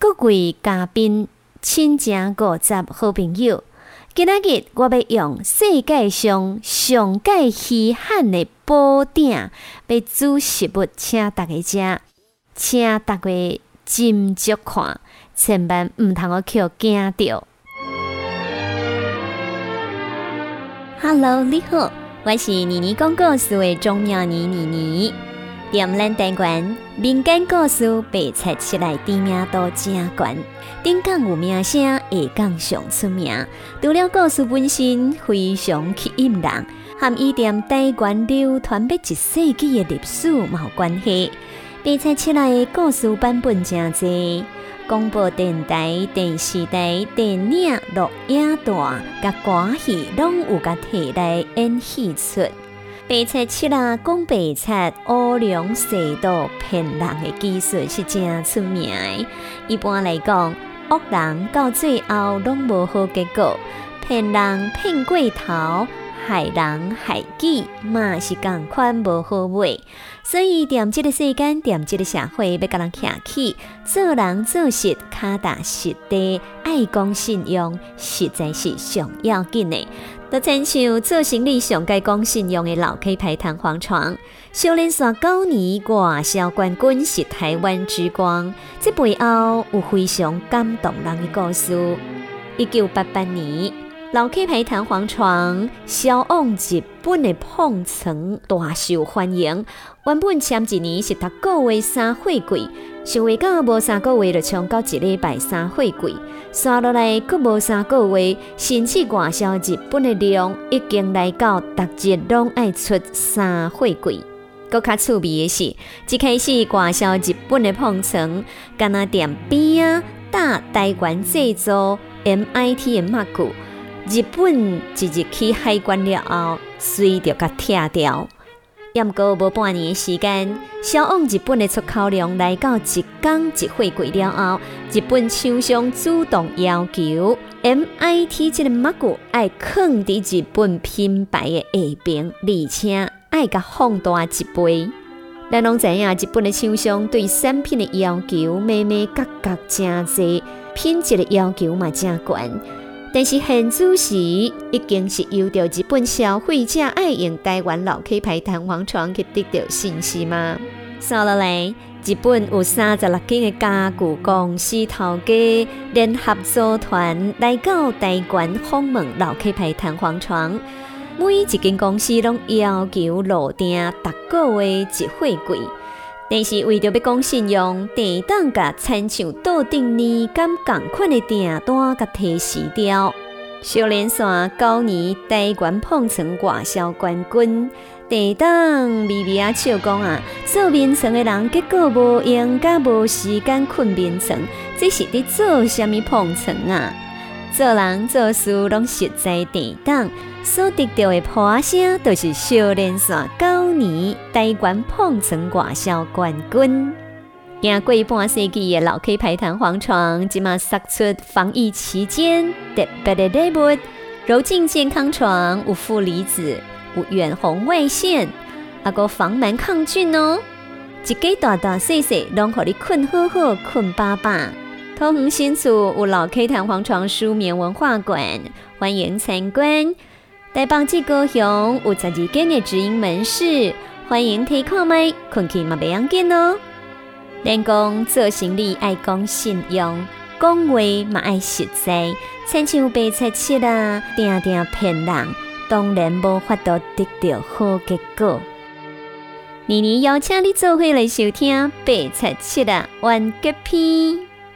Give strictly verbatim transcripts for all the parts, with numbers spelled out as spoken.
各位嘉宾、亲情五十好朋友，今仔日我要用世界上上界稀罕的宝鼎，要煮食物，请大家食，请大家斟酌看，千万唔通我去惊到。Hello， 你好，我是妮妮讲故事的钟妙妮妮妮。踮咱台湾民间故事白菜七来知名度真悬，顶港有名声，下港上出名。除了故事本身非常吸引人，和伊踮台湾流传要一世纪的历史嘛有关系。白菜七来的故事版本真多，广播电台、电视台、电影、录影带、甲歌戏拢有甲摕来演戏出。白菜七啦，讲白菜乌龙蛇道骗人的技术是真出名的。一般来讲，恶人到最后拢无好结果，骗人骗过头，害人害己，嘛是同款无好尾。所以，踮即个世间，踮即个社会，要甲人徛起，做人做事，脚踏实地，爱讲信用，实在是上要紧的。就亲像做生理上该讲信用的老 K 牌弹簧床，少年线九年外销冠军是台湾之光。这背后有非常感动人的故事。一九八八年，老 K 牌弹簧床销往日本的碰层大受欢迎。原本前一年是逐个月三货柜，想话到无三个月就冲到一礼拜三货柜，刷落来阁无三个月，甚至外销日本的量已经来到逐日拢爱出三货柜。阁较趣味的是，一开始外销日本的碰层，敢若店边啊搭台湾制造 M I T 的马具，日本一入去海关了后，随着甲拆掉。也毋过无半年的时间，销往日本的出口量来到一港一货柜了后，日本厂商主动要求 M I T 这个马具爱放伫日本品牌的下边，而且爱甲放大一倍。咱拢知影，日本的厂商对产品的要求每每角角真多，品质的要求嘛真高。但是现主时已经是由着日本消费者爱用台湾老 K 牌弹簧床去得到信息吗？算落来，日本有三十六间的家具公司头家联合组团来到台湾访问老 K 牌弹簧床，每一间公司拢要求落订逐个月一货柜。但是为着要讲信用，地当甲亲像倒顶年咁同款的订单甲提示掉。少年线九年台湾碰层外销冠军，地当微微啊笑讲啊，做眠床的人结果无用，甲无时间困眠床，这是伫做啥物碰床啊？做人做事拢实在地当。所得到的破声，就是少年线九年台湾碰层外销冠军。行过半世纪的老 K 牌弹簧床，即马杀出防疫期间特别的礼物，柔净健康床有负离子，有远红外线，还有防螨抗菌哦。一家大大细细，拢互你困好好，困饱饱。桃园新厝有老 K 弹簧床舒眠文化馆，欢迎参观。台北市高雄有十二间的直营门市，欢迎提看卖，困去嘛袂要紧哦。咱讲做生意爱讲信用，讲话嘛爱实在，亲像白菜七啦，定定骗人，当然无法度得到好结果。妮妮邀请你做伙来收听白菜七啦完结篇。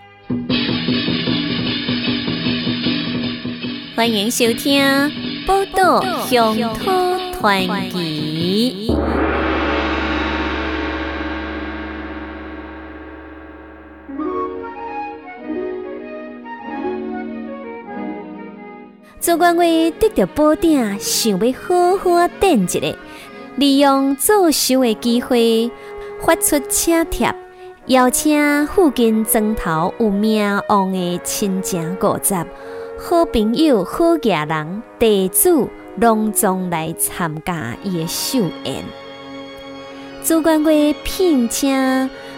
欢迎收听宝岛乡土传奇。做官为得到宝鼎，想要好好等一下，利用做收的机会，发出请帖，邀请附近庄头有名望的亲情五十。好朋友、好家人、地主隆重来参加伊的寿宴。主管为聘请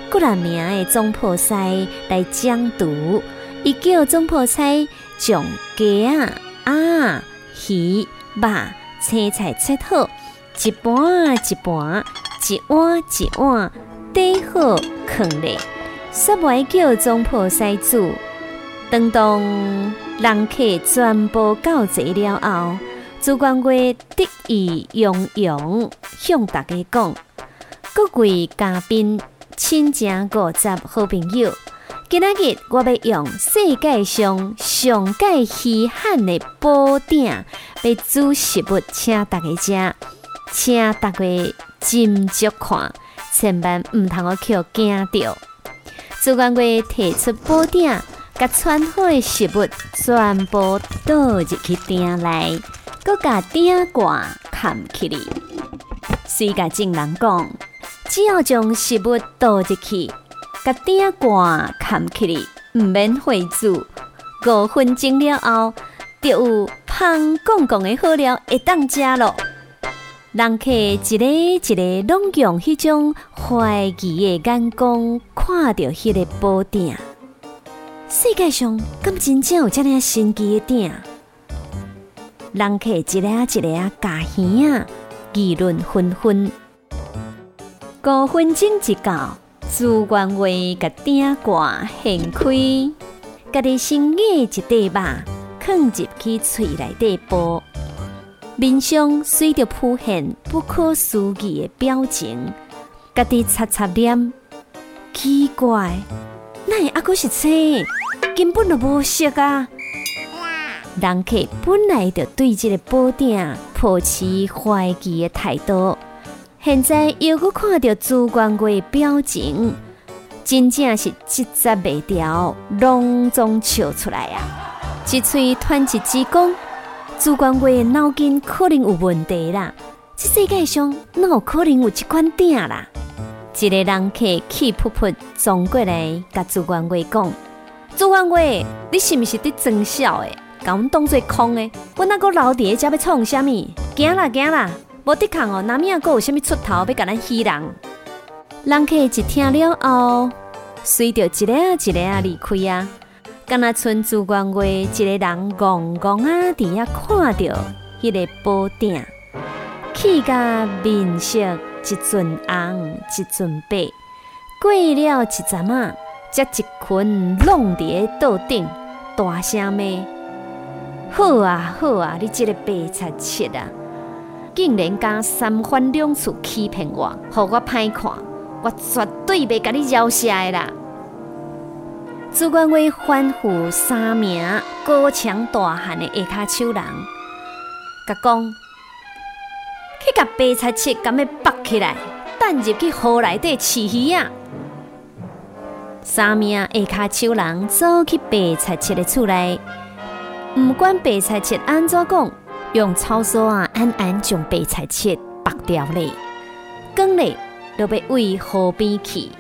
古人名的总铺师来讲读，伊叫总铺师将鸡啊、鸭、鱼、肉、青菜切好，一盘一盘，一碗一碗，底好放咧，煞袂叫总铺师煮。当当人客全部到齐了后，朱冠贵得意洋洋向大家讲：各位嘉宾、亲情五十好朋友，今仔日我要用世界上上界稀罕的宝鼎要煮食物，请大家食，请大家斟酌看，千万唔通去惊到。朱冠贵提出宝鼎。甲穿好的食物全部倒入去鼎内，搁甲鼎盖盖起哩。随甲众人讲，只要将食物倒入去，甲鼎盖盖起哩，唔免费煮。五分钟了后，就有香滚滚的好料会当食咯。人客一个一个拢用迄种怀疑的眼光看着迄个宝鼎。世界上敢真正有这样神奇的鼎？人客一个一个啊加耳啊，议论纷纷。五分钟一到，朱冠伟甲鼎盖掀开，家己先咬一块肉，放入去嘴内底剥，面上随着浮现不可思议的表情，家己擦擦脸，奇怪，哪会还阁是青？根本就无熟啊！人客本来就对这个宝鼎抱持怀疑的态度，现在又搁看到朱冠贵的表情，真正是一节袂调，拢总笑出来啊！一喙喘一支讲，朱冠贵的脑筋可能有问题啦！这世界上哪有可能有这款鼎啦？一个人客气噗噗撞过来，甲朱冠贵讲。朱冠贵，你是毋是伫装笑的？甲阮当做空的，阮哪阁留伫遮要创啥物？行啦行啦，无得空哦，南面阁有啥物出头要甲咱欺人？人客一听了后，随着一个啊一个啊离开啊，敢若剩朱冠贵一个人戆戆啊伫遐看着迄个宝鼎，气甲面色一阵红一阵白，过了一阵仔。才一群拢伫个桌顶，大声骂：好啊好啊！你这个白贼切啊，竟然敢三番两次欺骗我，互我歹看，我绝对袂甲你饶下的啦！朱冠伟吩咐三名高强大汉的下骹手人，甲讲：去甲白贼切，敢要绑起来，等入去河内底饲鱼啊！三名下骹手人走去白菜切的厝内，唔管白菜切安怎讲，用草梳啊暗暗将白菜切拔掉咧，讲咧就要往河边去。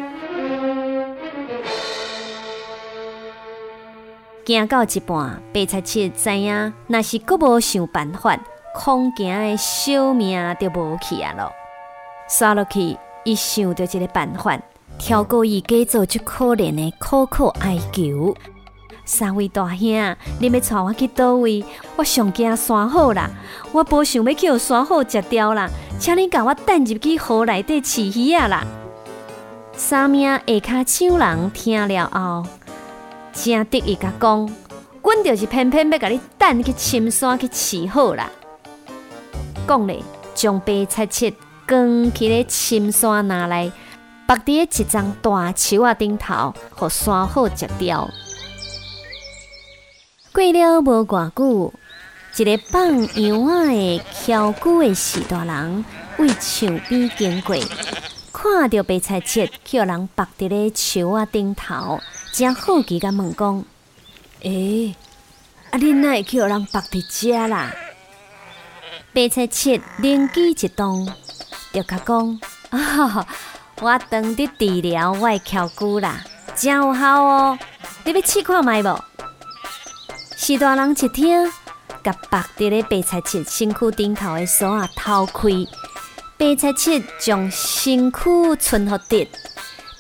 行到一半，白菜切知影，若是阁无想办法，恐惊的小命就无去啊咯。刷落去，伊想到一个办法。跳过伊假做这可怜的苦苦哀求，三位大兄，你要带我去倒位？我上惊山好啦，我无想要去互山好食掉啦，请你甲我等入去河内底饲鱼啊啦！三名下骹手人听了后，真得意甲讲：，阮就是偏偏要甲你等去深山去饲好啦！讲咧，将白菜切扛去咧深山拿来。绑伫一张大树仔顶头，互山好食掉。过了无偌久，一个放羊仔的翘骨的士大人为墙边经过，看到白菜切叫人绑伫咧树仔顶头，真好奇甲问讲：诶、欸，啊，恁哪会叫人绑伫遮啦？白菜切灵机一动，就甲讲：啊！我当伫治疗我的翘骨啦，真有效哦！你要试看卖无？士大人一听，甲绑伫咧白菜切身躯顶头的锁啊偷开，白菜切将身躯伸互直，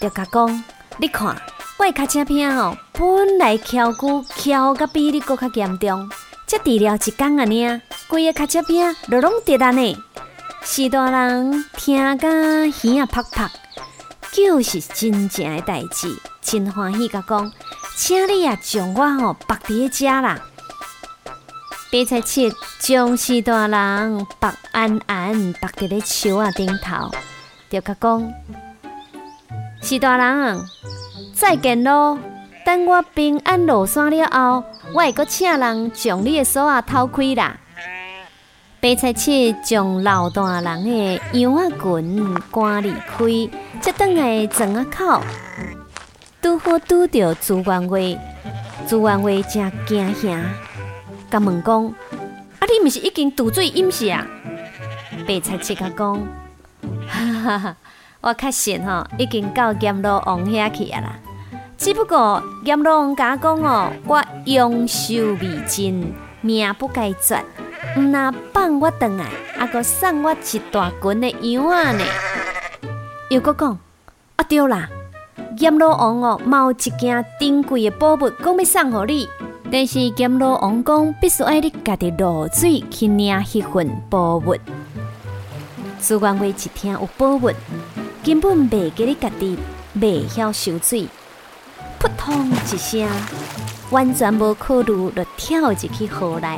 就甲讲，你看，我的脚趾片哦，本来翘骨翘甲比你搁较严重，才治疗一工啊呢，规个脚趾片都拢跌啊呢。四大人听甲耳啊啪啪，就是真正的代志，真欢喜甲讲，请你啊将我吼绑伫遮啦。白菜七将四大人绑安安绑伫咧树仔顶头，就甲讲：四大人，再见咯！等我平安落山了后，我会阁请人将你的锁仔偷开啦。白菜七将老大人的羊仔裙赶离开，才转来庄仔口，拄好拄着朱元贵。朱元贵真惊吓，甲问讲：啊，你毋是已经渡水淹死啊？白菜七甲讲：哈哈哈，我确实吼已经到阎罗王遐去啊啦。只不过阎罗王甲我讲哦，我阳寿未尽，命不该绝。毋若放我转来，还阁送我一大群的羊仔呢。又阁讲，啊对啦，阎罗王哦，嘛有一件珍贵的宝物，讲要送互你。但是阎罗王讲，必须爱你家己落水去领迄份宝物。朱元贵一听有宝物，根本袂记你家己袂晓收水，扑通一声，完全无考虑，就跳入去河内。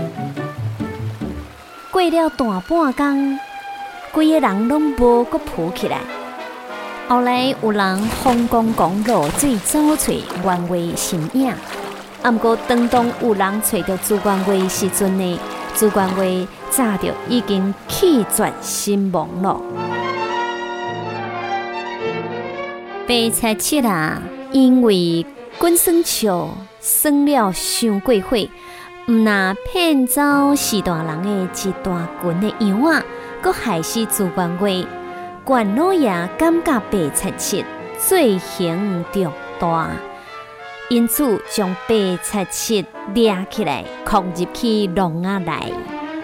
过了大半工，规个人拢无阁浮起来。后来有人风公公落水找找元贵身影，啊毋过当当有人找到朱元贵时阵呢，朱元贵早就已经气绝身亡了。白菜七啊，因为滚酸笑酸了伤过火。毋那骗走四大人的一大群的羊仔，阁害死朱元贵。关老爷感觉白菜七罪行重大，因此将白菜七抓起来，放入去笼仔内。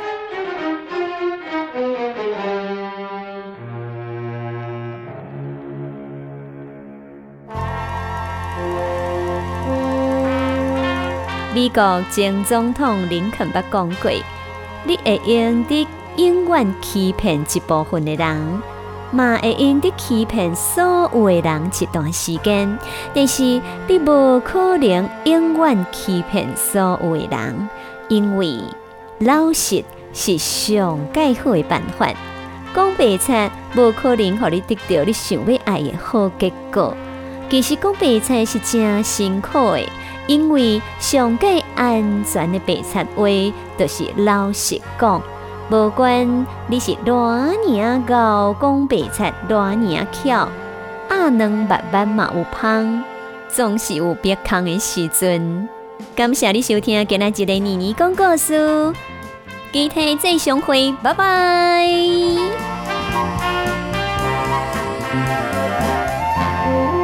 美国前总统林肯捌讲过：你会用伫永远欺骗一部分的人，嘛会用伫欺骗所有的人一段时间。但是你无可能永远欺骗所有的人，因为老实是上介好的办法。讲白菜无可能让你得到你想要爱的好结果。其实讲白菜是真辛苦的。因为上界安全的白菜话，就是老实讲，无管你是偌尔高，讲白菜偌尔巧，鸭卵白白嘛有芳，总是有别空的时阵。感谢你收听今仔日的妮妮讲故事，期待再相会，拜拜。